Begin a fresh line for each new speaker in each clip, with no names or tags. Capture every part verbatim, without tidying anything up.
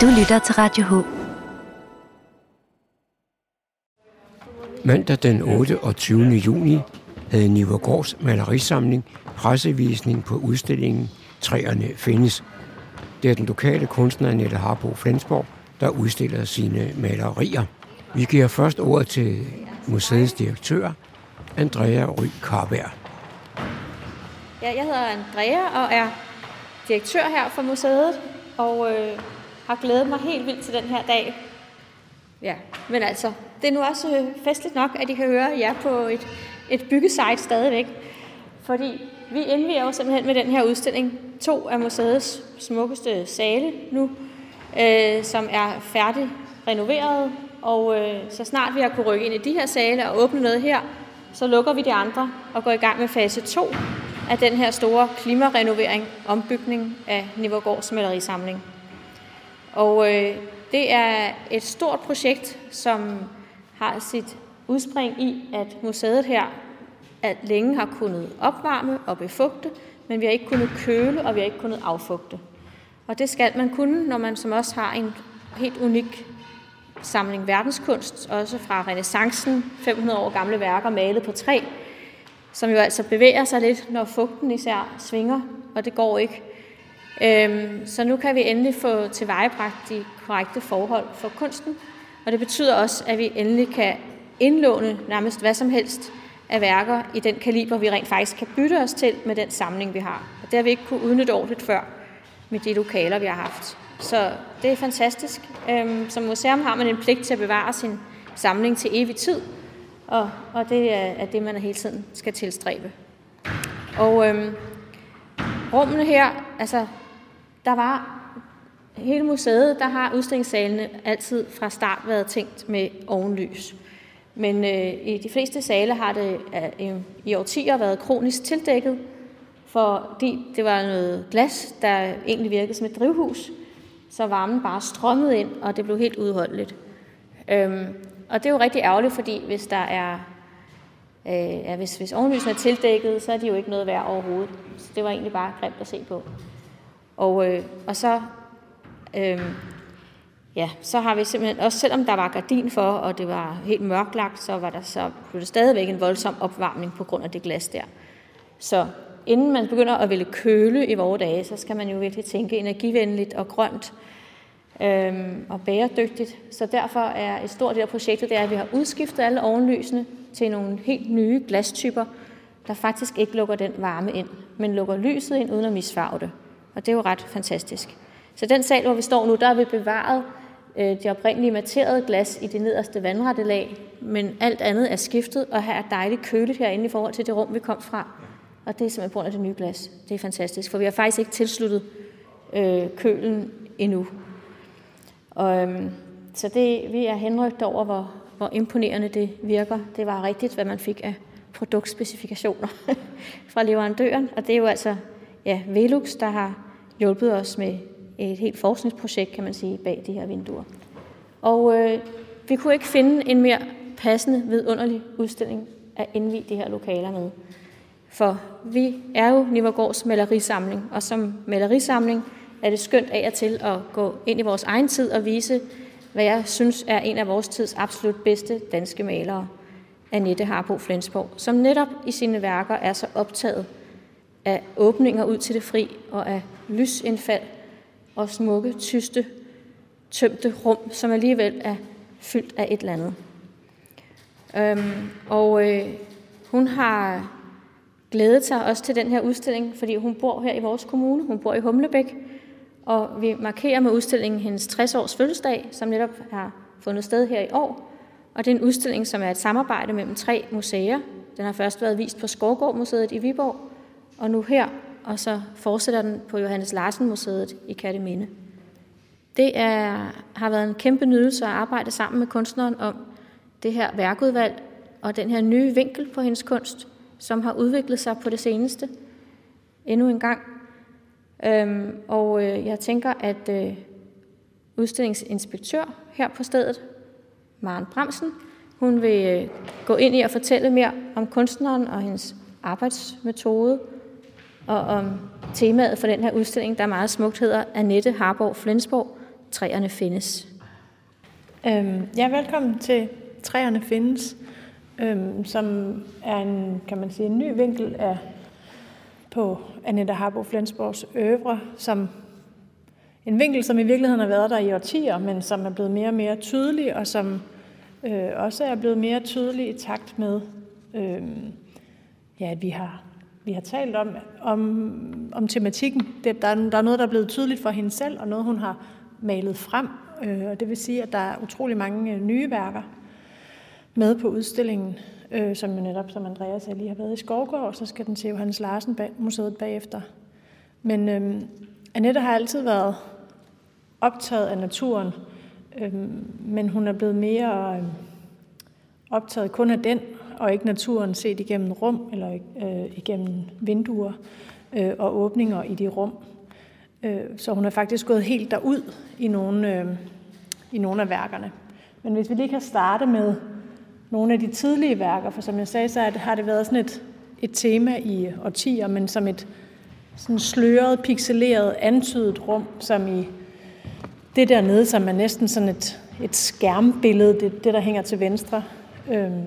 Du lytter til Radio H.
Mandag den otteogtyvende juni havde Nivergårds malerisamling pressevisning på udstillingen Træerne findes. Det er den lokale kunstner Annette Harbo Flensborg, der udstiller sine malerier. Vi giver først ordet til museets direktør, Andrea Ry Karberg.
Ja, jeg hedder Andrea og er direktør her for museet, og øh, har glædet mig helt vildt til den her dag. Ja, men altså, det er nu også øh, festligt nok, at I kan høre jer på et, et byggesite stadigvæk. Fordi vi indviger jo simpelthen med den her udstilling to af museets smukkeste sale nu, øh, som er færdig renoveret. Og øh, så snart vi har kunnet rykke ind i de her sale og åbne noget her, så lukker vi de andre og går i gang med fase to af den her store klimarenovering, ombygning af Nivergårds malerisamling. Og øh, det er et stort projekt, som har sit udspring i, at museet her at længe har kunnet opvarme og befugte, men vi har ikke kunnet køle, og vi har ikke kunnet affugte. Og det skal man kunne, når man som også har en helt unik samling verdenskunst, også fra renæssancen, fem hundrede år gamle værker malet på træ, som jo altså bevæger sig lidt, når fugten især svinger, og det går ikke. Øhm, så nu kan vi endelig få tilvejebragt de korrekte forhold for kunsten, og det betyder også, at vi endelig kan indlåne nærmest hvad som helst af værker i den kaliber, vi rent faktisk kan bytte os til med den samling, vi har. Og det har vi ikke kunne udnytte ordentligt før med de lokaler, vi har haft. Så det er fantastisk. Øhm, som museum har man en pligt til at bevare sin samling til evig tid, og, og det er, er det, man hele tiden skal tilstræbe. Og øhm, rummene her, altså, der var hele museet, der har udstillingssalene altid fra start været tænkt med ovenlys. Men øh, i de fleste sale har det øh, i årtier været kronisk tildækket, fordi det var noget glas, der egentlig virkede som et drivhus, så varmen bare strømmede ind, og det blev helt udholdeligt. Øhm, og det er jo rigtig ærgerligt, fordi hvis der er øh, ja, hvis, hvis ovenlysene er tildækket, så er de jo ikke noget værd overhovedet. Så det var egentlig bare grimt at se på. Og, øh, og så, øh, ja, så har vi simpelthen, også selvom der var gardin for, og det var helt mørklagt, så var der så blev det stadigvæk en voldsom opvarmning på grund af det glas der. Så inden man begynder at ville køle i vore dage, så skal man jo virkelig tænke energivenligt og grønt øhm, og bæredygtigt. Så derfor er et stort del af projektet, det er, at vi har udskiftet alle ovenlysene til nogle helt nye glastyper, der faktisk ikke lukker den varme ind, men lukker lyset ind uden at misfarve det. Og det er jo ret fantastisk. Så den sal, hvor vi står nu, der har vi bevaret øh, det oprindelige materede glas i det nederste vandrette lag, men alt andet er skiftet, og her er dejligt køligt herinde i forhold til det rum, vi kom fra. Og det er simpelthen på grund af det nye glas. Det er fantastisk, for vi har faktisk ikke tilsluttet øh, kølen endnu. Og, øhm, så det, vi er henrygt over, hvor, hvor imponerende det virker. Det var rigtigt, hvad man fik af produktspecifikationer fra leverandøren. Og det er jo altså ja, Velux, der har hjulpet os med et helt forskningsprojekt, kan man sige, bag de her vinduer. Og øh, vi kunne ikke finde en mere passende, vidunderlig udstilling at indvie de her lokaler med. For vi er jo Nivergårds malerisamling, og som malerisamling er det skønt af og til at gå ind i vores egen tid og vise, hvad jeg synes er en af vores tids absolut bedste danske malere, Annette Harbo Flensborg, som netop i sine værker er så optaget af åbninger ud til det fri og af lysindfald og smukke, tyste, tømte rum, som alligevel er fyldt af et eller andet. Øhm, og øh, hun har glædet sig også til den her udstilling, fordi hun bor her i vores kommune. Hun bor i Humlebæk, og vi markerer med udstillingen hendes tres års fødselsdag, som netop har fundet sted her i år. Og det er en udstilling, som er et samarbejde mellem tre museer. Den har først været vist på Skovgård Museet i Viborg, og nu her, og så fortsætter den på Johannes Larsen Museet i Kerteminde. Det er, har været en kæmpe nydelse at arbejde sammen med kunstneren om det her værkudvalg og den her nye vinkel på hendes kunst, som har udviklet sig på det seneste endnu en gang. Øhm, og øh, jeg tænker, at øh, udstillingsinspektør her på stedet, Maren Bramsen, hun vil øh, gå ind i at fortælle mere om kunstneren og hendes arbejdsmetode, og om temaet for den her udstilling, der meget smukt hedder Annette Harbo Flensborg, Træerne findes.
Øhm, ja, velkommen til Træerne findes, øhm, som er en, kan man sige, en ny vinkel af på Annette Harbo Flensborgs oeuvre, som en vinkel, som i virkeligheden har været der i årtier, men som er blevet mere og mere tydelig, og som øh, også er blevet mere tydelig i takt med, øh, ja, at vi har, vi har talt om, om, om tematikken. Det, der, er, der er noget, der er blevet tydeligt for hende selv, og noget, hun har malet frem. Øh, og det vil sige, at der er utrolig mange nye værker med på udstillingen, øh, som jo netop, som Andreas lige har været i Skovgård, og så skal den til Johannes Larsen bag, museet bagefter. Men øh, Annette har altid været optaget af naturen, øh, men hun er blevet mere øh, optaget kun af den, og ikke naturen set igennem rum, eller øh, igennem vinduer øh, og åbninger i de rum. Øh, så hun er faktisk gået helt derud i nogle, øh, i nogle af værkerne. Men hvis vi lige kan starte med nogle af de tidlige værker, for som jeg sagde, så har det været sådan et, et tema i årtier, men som et sådan sløret, pixeleret, antydet rum, som i det dernede, som er næsten sådan et, et skærmbillede, det, det der hænger til venstre. Øhm,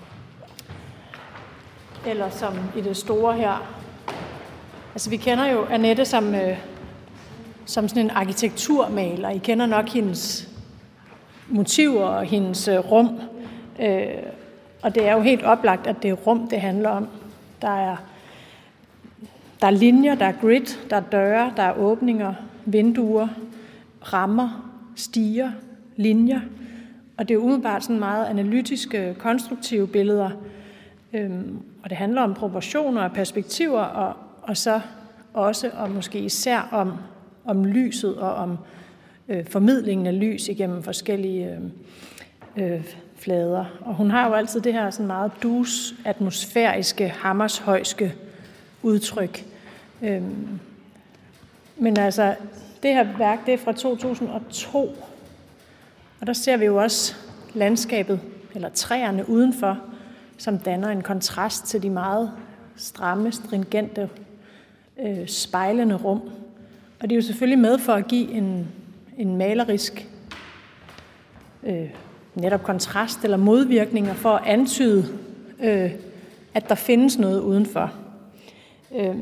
eller som i det store her. Altså vi kender jo Annette som, øh, som sådan en arkitekturmaler. I kender nok hendes motiver og hendes øh, rum. Øh, og det er jo helt oplagt, at det er rum, det handler om. Der er, der er linjer, der er grid, der er døre, der er åbninger, vinduer, rammer, stiger, linjer. Og det er jo umiddelbart sådan meget analytiske, konstruktive billeder. Øhm, og det handler om proportioner og perspektiver, og, og så også og måske især om, om lyset og om øh, formidlingen af lys igennem forskellige øh, øh, flader. Og hun har jo altid det her sådan meget dus, atmosfæriske, hammershøjske udtryk. Øhm, men altså, det her værk, det er fra to tusind og to, og der ser vi jo også landskabet, eller træerne udenfor, som danner en kontrast til de meget stramme, stringente, øh, spejlende rum. Og det er jo selvfølgelig med for at give en, en malerisk øh, netop kontrast eller modvirkninger for at antyde, øh, at der findes noget udenfor. Øh,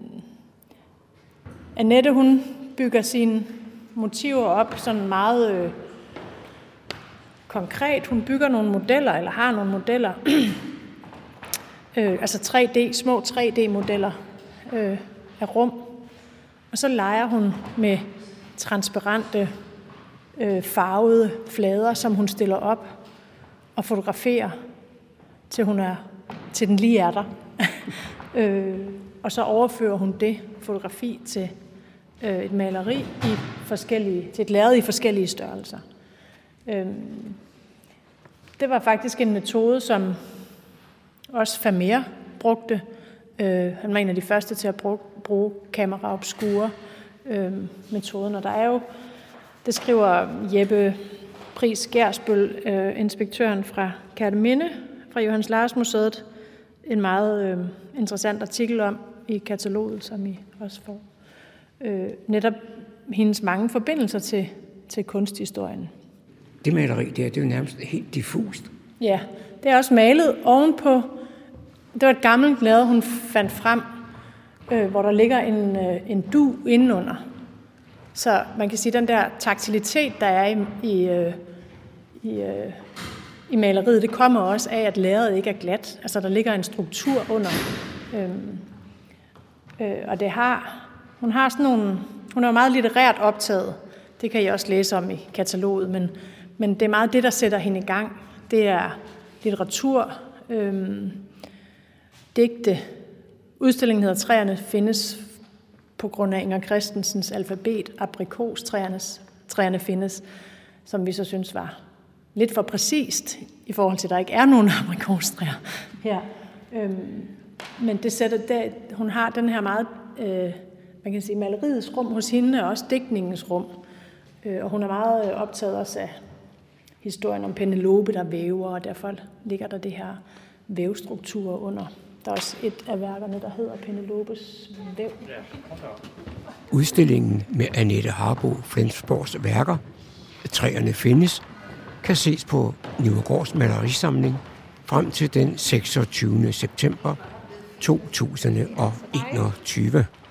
Annette, hun bygger sine motiver op sådan meget øh, konkret. Hun bygger nogle modeller, eller har nogle modeller, øh, altså tre D, små tre D-modeller øh, af rum. Og så leger hun med transparente, øh, farvede flader, som hun stiller op og fotograferer, til, hun er, til den lige er der. øh, og så overfører hun det fotografi til øh, et maleri i forskellige, til et lærred i forskellige størrelser. Øh, det var faktisk en metode, som også Vermeer brugte. Øh, han var en af de første til at bruge, bruge kamera obscura øh, metoden, og der er jo, det skriver Jeppe Pris Gersbøl, øh, inspektøren fra Kerteminde, fra Johannes Larsen Museet, en meget øh, interessant artikel om i kataloget, som I også får. Øh, netop hendes mange forbindelser til, til kunsthistorien.
Det maleri der, det er jo nærmest helt diffust.
Ja, det er også malet ovenpå. Det var et gammelt lærred, hun fandt frem, øh, hvor der ligger en, øh, en du indenunder. Så man kan sige, at den der taktilitet, der er i, i, øh, i, øh, i maleriet, det kommer også af, at lærredet ikke er glat. Altså, der ligger en struktur under. Øh, øh, og det har, hun har sådan nogle, hun er meget litterært optaget. Det kan I også læse om i kataloget, men, men det er meget det, der sætter hende i gang. Det er litteratur, øh, digte. Udstillingen hedder Træerne findes på grund af Inger Christensens alfabet, aprikos, træernes, træerne findes, som vi så synes var lidt for præcist i forhold til, at der ikke er nogen aprikostræer her. Øhm, men det sætter, det, hun har den her meget, øh, man kan sige, maleriets rum hos hende, og også digtningens rum. Øh, og hun er meget øh, optaget også af historien om Penelope, der væver, og derfor ligger der det her vævstruktur under. Der er også et af værkerne, der hedder Penelopes væv.
Udstillingen med Annette Harbo Flensborgs værker Træerne findes, kan ses på Nivergårds malerisamling frem til den seksogtyvende september to tusind og enogtyve.